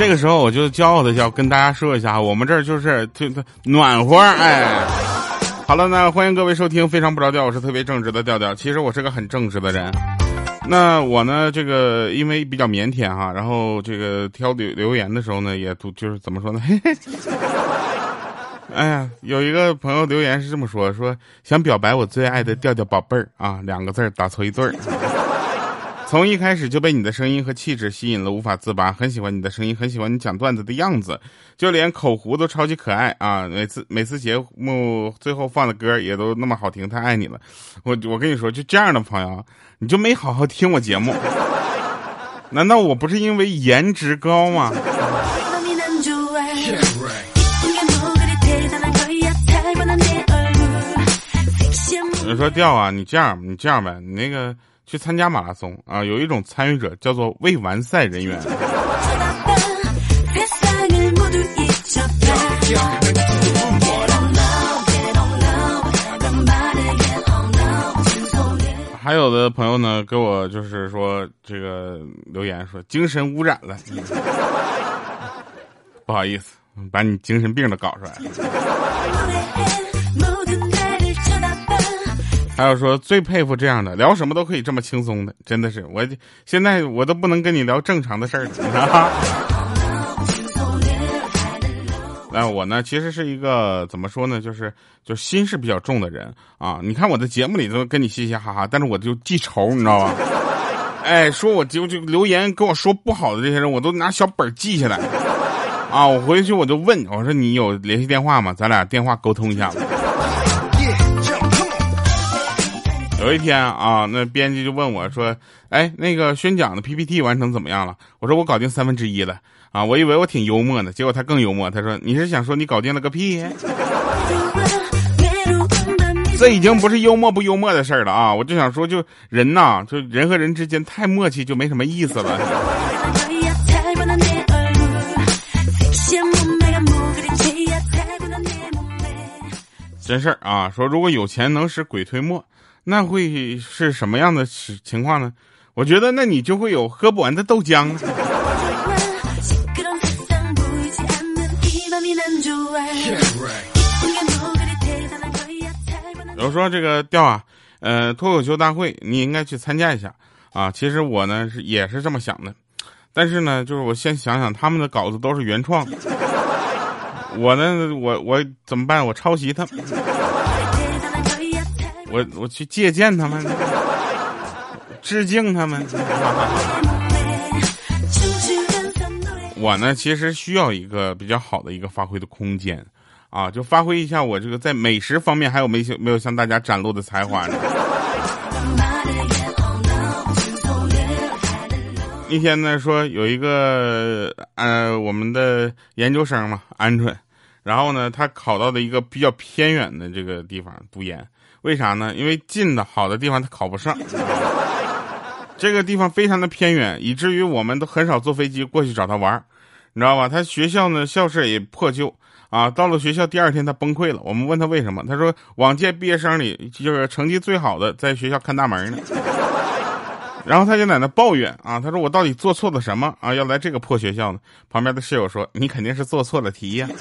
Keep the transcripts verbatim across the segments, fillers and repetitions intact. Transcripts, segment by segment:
这个时候我就骄傲的要跟大家说一下，我们这儿就是就暖和，哎。好了，那欢迎各位收听非常不着调，我是特别正直的调调。其实我是个很正直的人。那我呢，这个因为比较腼腆哈，然后这个挑留留言的时候呢，也都就是怎么说呢？嘿嘿。哎呀，有一个朋友留言是这么说：说想表白我最爱的调调宝贝儿啊，两个字打错一对儿。从一开始就被你的声音和气质吸引了，无法自拔，很喜欢你的声音，很喜欢你讲段子的样子，就连口胡都超级可爱啊！每次每次节目最后放的歌也都那么好听，太爱你了。我我跟你说，就这样的朋友，你就没好好听我节目。难道我不是因为颜值高吗？你说调啊，你这样你这样呗，你那个去参加马拉松啊，有一种参与者叫做未完赛人员。还有的朋友呢给我就是说这个留言说精神污染了，不好意思，把你精神病都搞出来了。还有说最佩服这样的，聊什么都可以这么轻松的，真的是我现在我都不能跟你聊正常的事儿了。那我呢其实是一个怎么说呢，就是就心是比较重的人啊。你看我的节目里都跟你嘻嘻哈哈，但是我就记仇，你知道吧？哎，说我就就留言跟我说不好的这些人，我都拿小本记下来啊。我回去我就问我说你有联系电话吗？咱俩电话沟通一下吧。有一天啊，那编辑就问我说：“哎，那个宣讲的 P P T 完成怎么样了？”我说：“我搞定三分之一了。”啊，我以为我挺幽默的，结果他更幽默。他说：“你是想说你搞定了个屁？”这已经不是幽默不幽默的事儿了啊！我就想说，就人呐，就人和人之间太默契，就没什么意思了。真事儿啊！说如果有钱能使鬼推磨，那会是什么样的情况呢？我觉得那你就会有喝不完的豆浆。有说这个调啊，呃，脱口秀大会你应该去参加一下啊。其实我呢是也是这么想的，但是呢，就是我先想想他们的稿子都是原创的，我呢，我我怎么办？我抄袭他们。我我去借鉴他们，致敬他们。我呢，其实需要一个比较好的一个发挥的空间啊，就发挥一下我这个在美食方面还有没没有向大家展露的才华呢？那天呢说有一个呃我们的研究生嘛，鹌鹑，然后呢他考到的一个比较偏远的这个地方读研。为啥呢？因为近的好的地方他考不上，这个地方非常的偏远，以至于我们都很少坐飞机过去找他玩，你知道吧？他学校呢校舍也破旧啊，到了学校第二天他崩溃了。我们问他为什么，他说往届毕业生里就是成绩最好的在学校看大门呢。然后他就在那抱怨啊，他说我到底做错了什么啊，要来这个破学校呢？旁边的室友说你肯定是做错了题呀。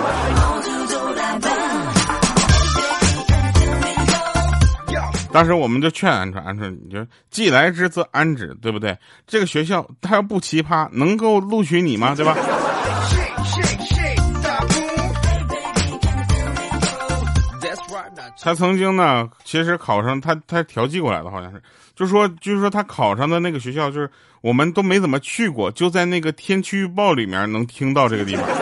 当时我们就劝鹌鹑，鹌鹑，你就既来之则安之，对不对？这个学校它要不奇葩，能够录取你吗？对吧？他曾经呢，其实考上他他调剂过来的，好像是，就说就是说他考上的那个学校，就是我们都没怎么去过，就在那个天气预报里面能听到这个地方。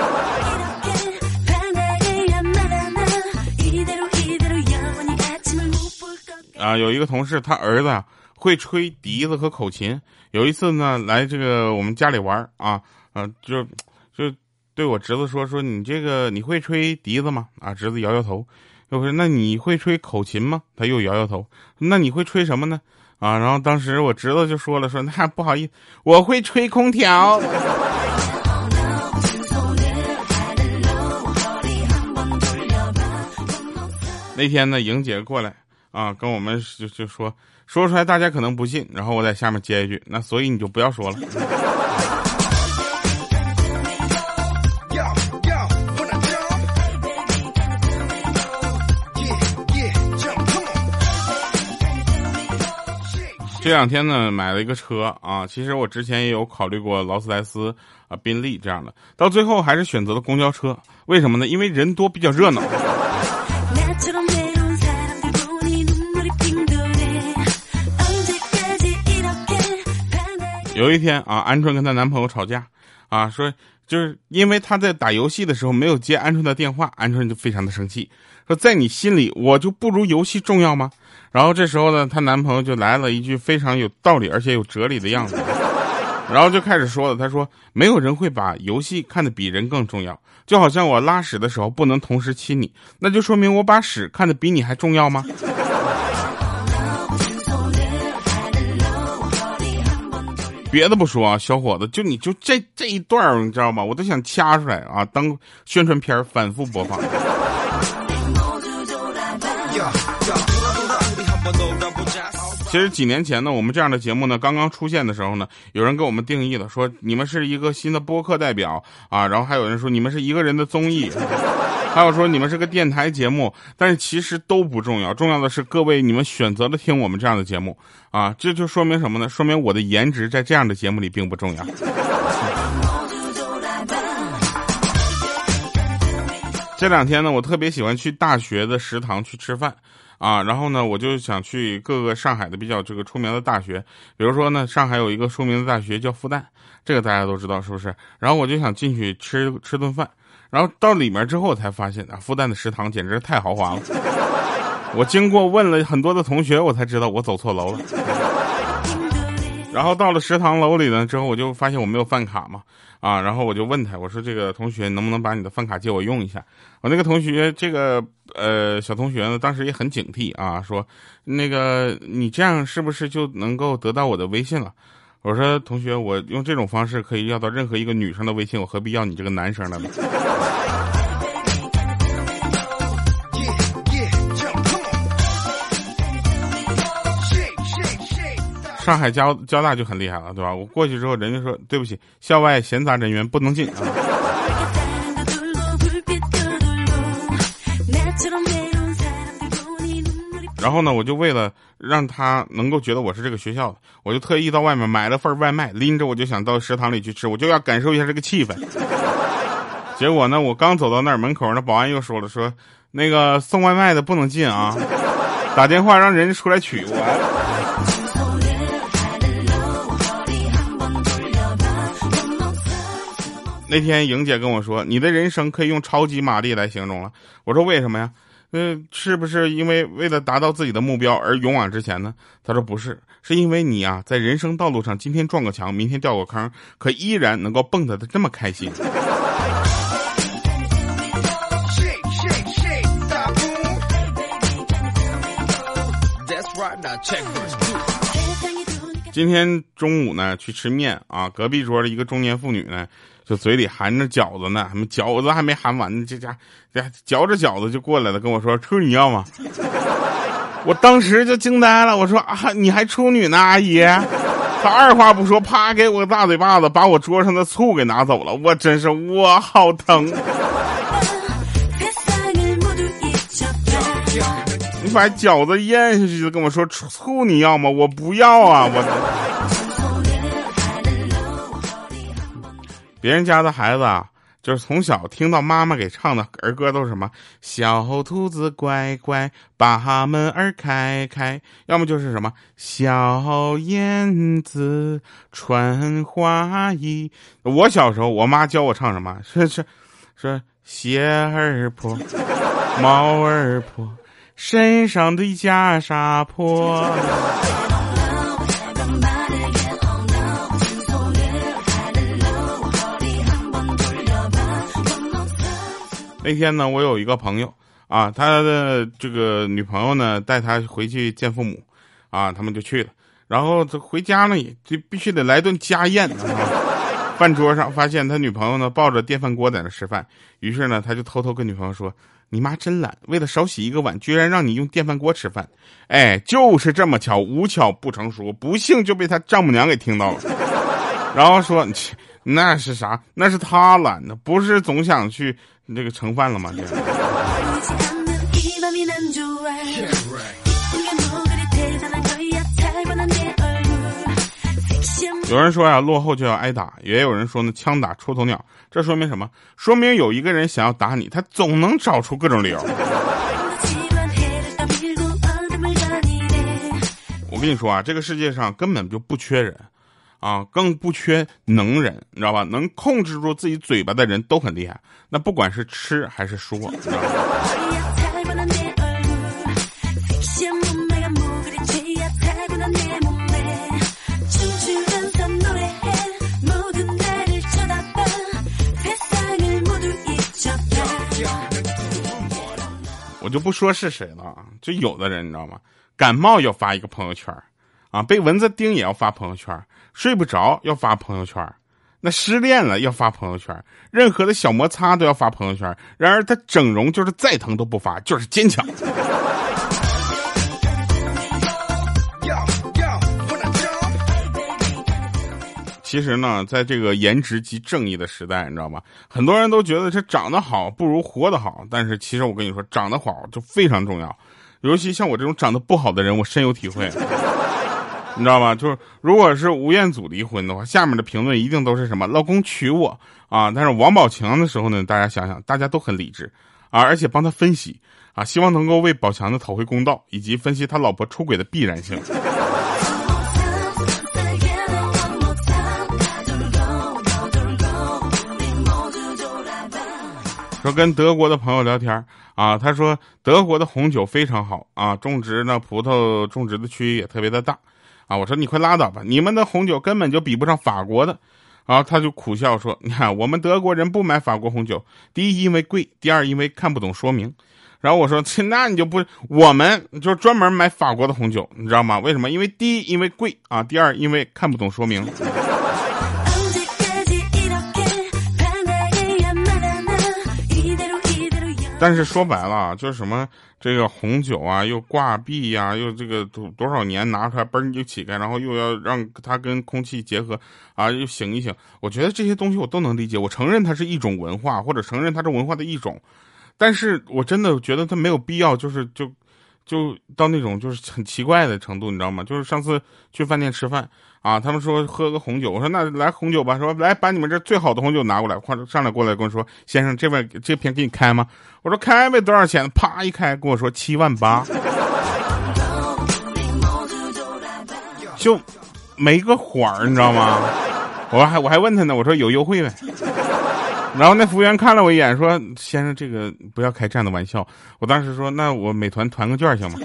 啊，有一个同事，他儿子啊会吹笛子和口琴。有一次呢，来这个我们家里玩啊，啊，就就对我侄子说说你这个你会吹笛子吗？啊，侄子摇摇头。又说那你会吹口琴吗？他又摇摇头。那你会吹什么呢？啊，然后当时我侄子就说了说那不好意思，我会吹空调。那天呢，莹姐过来。啊，跟我们就就说说出来，大家可能不信，然后我在下面接一句，那所以你就不要说了。 这两天呢买了一个车啊，其实我之前也有考虑过劳斯莱斯啊、宾利这样的，到最后还是选择了公交车。为什么呢？因为人多比较热闹。有一天啊，鹌鹑跟她男朋友吵架啊，说就是因为她在打游戏的时候没有接鹌鹑的电话，鹌鹑就非常的生气，说在你心里我就不如游戏重要吗？然后这时候呢，她男朋友就来了一句非常有道理而且有哲理的样子，然后就开始说了，他说没有人会把游戏看得比人更重要，就好像我拉屎的时候不能同时亲你，那就说明我把屎看得比你还重要吗？别的不说啊，小伙子，就你就这这一段你知道吗？我都想掐出来啊，当宣传片反复播放。其实几年前呢，我们这样的节目呢刚刚出现的时候呢，有人给我们定义了，说你们是一个新的播客代表啊，然后还有人说你们是一个人的综艺，还有说你们是个电台节目，但是其实都不重要，重要的是各位你们选择了听我们这样的节目啊，这就说明什么呢？说明我的颜值在这样的节目里并不重要。这两天呢，我特别喜欢去大学的食堂去吃饭啊，然后呢，我就想去各个上海的比较这个出名的大学，比如说呢，上海有一个出名的大学叫复旦，这个大家都知道是不是？然后我就想进去吃吃顿饭，然后到里面之后才发现啊，复旦的食堂简直太豪华了。我经过问了很多的同学，我才知道我走错楼了。然后到了食堂楼里呢之后，我就发现我没有饭卡嘛，啊，然后我就问他，我说这个同学能不能把你的饭卡借我用一下？我那个同学，这个呃小同学呢，当时也很警惕啊，说那个你这样是不是就能够得到我的微信了？我说同学，我用这种方式可以要到任何一个女生的微信，我何必要你这个男生的呢？上海交交大就很厉害了，对吧？我过去之后，人家说对不起，校外闲杂人员不能进啊。然后呢，我就为了让他能够觉得我是这个学校的，我就特意到外面买了份外卖，拎着我就想到食堂里去吃，我就要感受一下这个气氛。结果呢，我刚走到那儿门口，那保安又说了，说那个送外卖的不能进啊，打电话让人家出来取我。那天莹姐跟我说，你的人生可以用超级玛丽来形容了。我说为什么呀？呃，是不是因为为了达到自己的目标而勇往直前呢？她说不是，是因为你啊，在人生道路上今天撞个墙，明天掉个坑，可依然能够蹦跶的这么开心。今天中午呢去吃面啊，隔壁桌的一个中年妇女呢，就嘴里含着饺子呢，还没饺子还没含完，这家这嚼着饺子就过来了，跟我说处女要吗？我当时就惊呆了，我说啊，你还处女呢，阿姨？她二话不说，啪给我个大嘴巴子，把我桌上的醋给拿走了，我真是我好疼。你把饺子咽下去就跟我说醋你要吗？我不要啊！我别人家的孩子啊，就是从小听到妈妈给唱的儿歌都是什么小兔子乖乖把门儿开开，要么就是什么小燕子穿花衣。我小时候我妈教我唱什么是是是鞋儿破帽儿破身上的袈裟破。那天呢，我有一个朋友啊，他的这个女朋友呢带他回去见父母啊，他们就去了。然后这回家呢，也就必须得来顿家宴啊。饭桌上发现他女朋友呢抱着电饭锅在那吃饭，于是呢他就偷偷跟女朋友说：“你妈真懒，为了少洗一个碗，居然让你用电饭锅吃饭。”哎，就是这么巧，无巧不成书，不幸就被他丈母娘给听到了。然后说：“那是啥？那是他懒的，不是总想去这个盛饭了吗？”这样有人说呀，落后就要挨打，也有人说呢，枪打出头鸟。这说明什么？说明有一个人想要打你，他总能找出各种理由。我跟你说啊，这个世界上根本就不缺人啊，更不缺能人，你知道吧？能控制住自己嘴巴的人都很厉害。那不管是吃还是说，你知道吧？我就不说是谁了，就有的人你知道吗？感冒要发一个朋友圈啊，被蚊子叮也要发朋友圈，睡不着要发朋友圈，那失恋了要发朋友圈，任何的小摩擦都要发朋友圈。然而他整容就是再疼都不发，就是坚强。其实呢，在这个颜值即正义的时代，你知道吗？很多人都觉得这长得好不如活得好，但是其实我跟你说，长得好就非常重要。尤其像我这种长得不好的人，我深有体会。你知道吧？就是如果是吴彦祖离婚的话，下面的评论一定都是什么老公娶我啊。但是王宝强的时候呢，大家想想，大家都很理智啊，而且帮他分析啊，希望能够为宝强的讨回公道，以及分析他老婆出轨的必然性。说跟德国的朋友聊天啊，他说德国的红酒非常好啊，种植呢葡萄种植的区域也特别的大啊。我说你快拉倒吧，你们的红酒根本就比不上法国的。然后他就苦笑说，你看我们德国人不买法国红酒，第一因为贵，第二因为看不懂说明。然后我说那你就不，我们就专门买法国的红酒，你知道吗？为什么？因为第一因为贵啊，第二因为看不懂说明。但是说白了，就是什么这个红酒啊，又挂壁呀、啊，又这个多多少年拿出来嘣就起开，然后又要让它跟空气结合啊，又醒一醒。我觉得这些东西我都能理解，我承认它是一种文化，或者承认它是文化的一种，但是我真的觉得它没有必要，就是就就到那种就是很奇怪的程度，你知道吗？就是上次去饭店吃饭啊，他们说喝个红酒，我说那来红酒吧，说来把你们这最好的红酒拿过来，上来过来跟我说，先生这边这瓶给你开吗？我说开呗，多少钱？啪一开跟我说七万八，就没个缓儿，你知道吗？我还我还问他呢，我说有优惠没？然后那服务员看了我一眼说，先生这个不要开这样的玩笑。我当时说那我美团团个券行吗？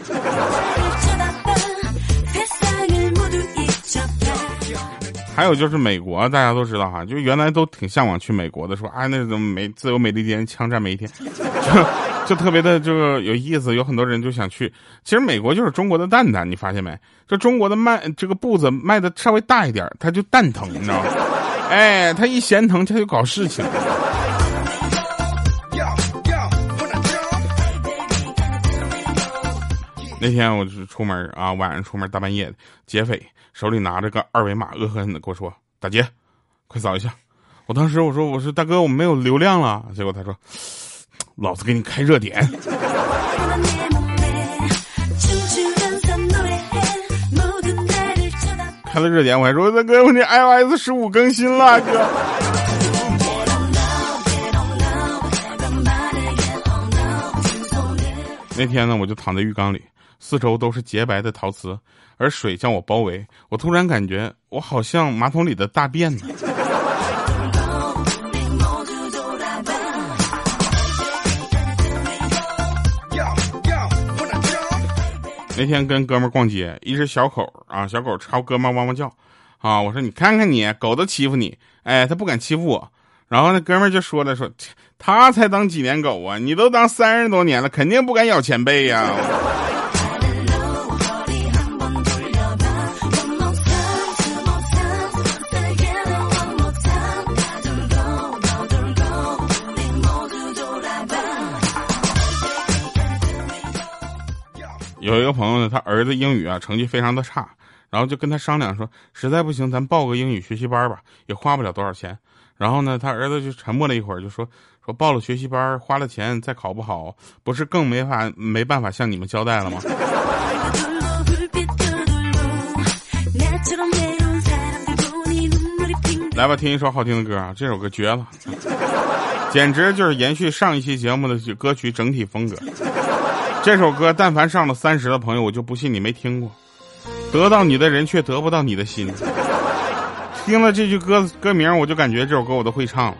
还有就是美国，大家都知道哈，就原来都挺向往去美国的，说啊那种美自由美利坚枪战每一天，就就特别的这个有意思，有很多人就想去。其实美国就是中国的蛋蛋，你发现没？就中国的卖这个步子卖的稍微大一点，它就蛋疼，你知道吗？哎，他一嫌疼他就搞事情。那天我就出门啊，晚上出门大半夜的，劫匪手里拿着个二维码，恶狠狠的跟我说：“大姐，快扫一下。”我当时我说：“我说大哥，我没有流量了。”结果他说：“老子给你开热点。”开了热点，我还说：“大哥，你 I O S 十五更新了，哥。”那天呢，我就躺在浴缸里。四周都是洁白的陶瓷，而水将我包围。我突然感觉我好像马桶里的大便呢。那天跟哥们逛街，一只小狗啊，小狗朝哥们汪汪叫啊。我说你看看你，狗都欺负你，哎，它不敢欺负我。然后那哥们就说了说，他才当几年狗啊，你都当三十多年了，肯定不敢咬前辈呀。有一个朋友呢，他儿子英语啊成绩非常的差，然后就跟他商量说，实在不行咱报个英语学习班吧，也花不了多少钱。然后呢，他儿子就沉默了一会儿，就说说报了学习班，花了钱再考不好，不是更没法没办法向你们交代了吗？ 来吧，听一首好听的歌啊！这首歌绝了，简直就是延续上一期节目的歌曲整体风格。这首歌但凡上了三十的朋友，我就不信你没听过。得到你的人却得不到你的心。听了这句歌歌名，我就感觉这首歌我都会唱了。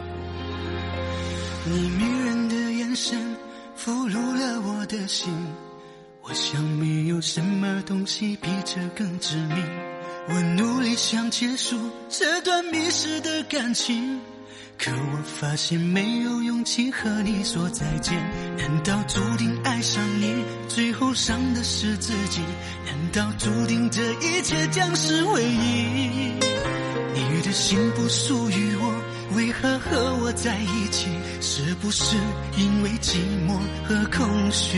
你迷人的眼神俘虏了我的心，我想没有什么东西比这更致命。我努力想结束这段迷失的感情，可我发现没有勇气和你说再见。难道注定爱上你，最后伤的是自己？难道注定这一切将是回忆？你的心不属于我，为何和我在一起？是不是因为寂寞和空虚？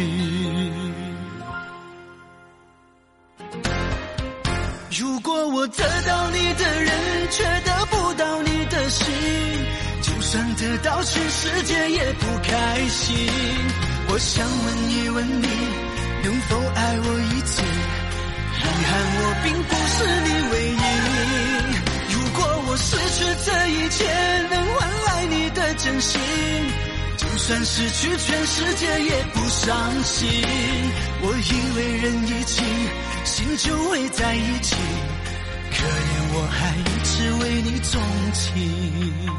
如果我得到你的人，却得不到你的心，就算得到全世界也不开心。我想问一问你，能否爱我一次？遗憾我并不是你唯一。如果我失去这一切，能换来你的真心，就算失去全世界也不伤心。我以为人一起，心就会在一起，可怜我还一直为你钟情。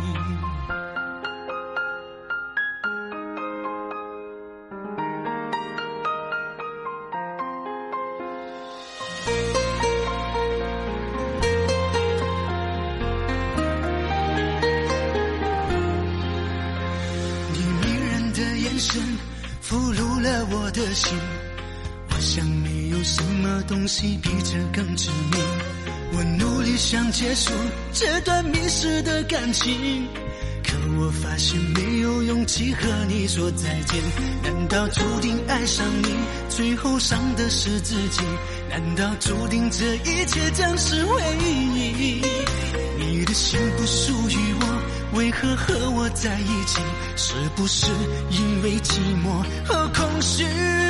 你迷人的眼神俘虏了我的心，我想没有什么东西比这更致命。我努力想结束这段迷失的感情，可我发现没有勇气和你说再见。难道注定爱上你，最后伤的是自己？难道注定这一切将是回忆？你的心不属于我，为何和我在一起？是不是因为寂寞和空虚？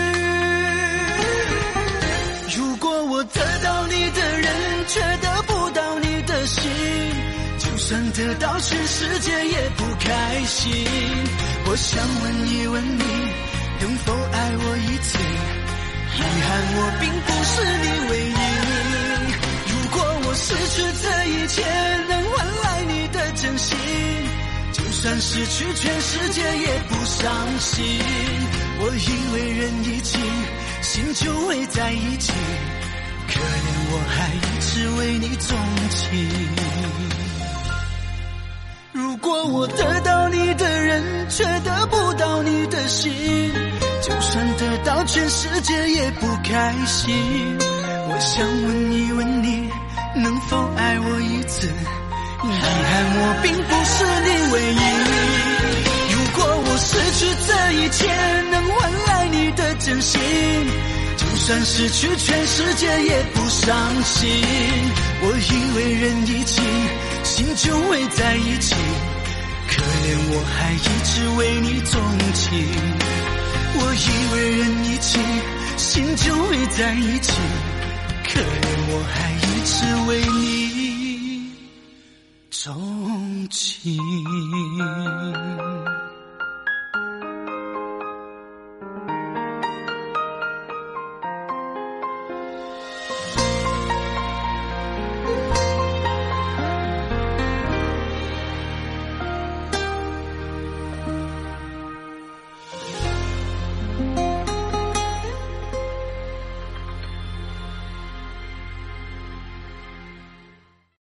如果我得到你的人，却得不到你的心，就算得到全世界也不开心。我想问一问你，能否爱我一次？遗憾我并不是你唯一。如果我失去这一切，能换来你的真心，就算失去全世界也不伤心。我以为人一起，心就会在一起，可怜我还一直为你钟情。如果我得到你的人，却得不到你的心，就算得到全世界也不开心。我想问一问你，能否爱我一次？遗憾我并不是你唯一。如果我失去这一切，能换来你的真心，就算失去全世界也不伤心。我以为人一起，心就会在一起，可怜我还一直为你钟情。我以为人一起，心就会在一起，可怜我还一直为你钟情。